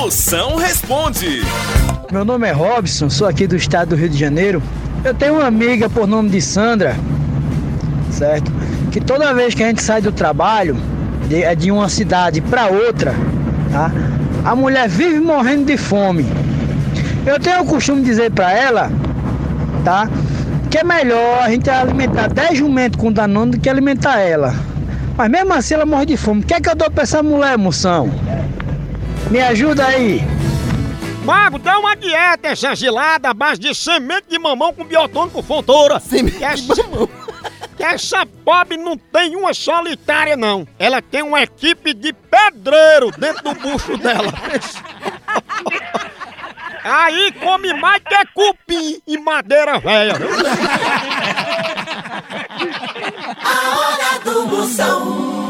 Moção responde. Meu nome é Robson, sou aqui do estado do Rio de Janeiro. Eu tenho uma amiga por nome de Sandra, certo? Que toda vez que a gente sai do trabalho, de uma cidade para outra, tá? A mulher vive morrendo de fome. Eu tenho o costume de dizer para ela, tá? Que é melhor a gente alimentar 10 jumentos com Danone do que alimentar ela. Mas mesmo assim ela morre de fome. O que é que eu dou pra essa mulher, moção? Me ajuda aí. Mago, dá uma dieta essa gelada à base de semente de mamão com biotônico Fontoura. Semente de mamão. Que essa pobre não tem uma solitária, não. Ela tem uma equipe de pedreiro dentro do bucho dela. Aí come mais que cupim e madeira velha. A hora do Moção.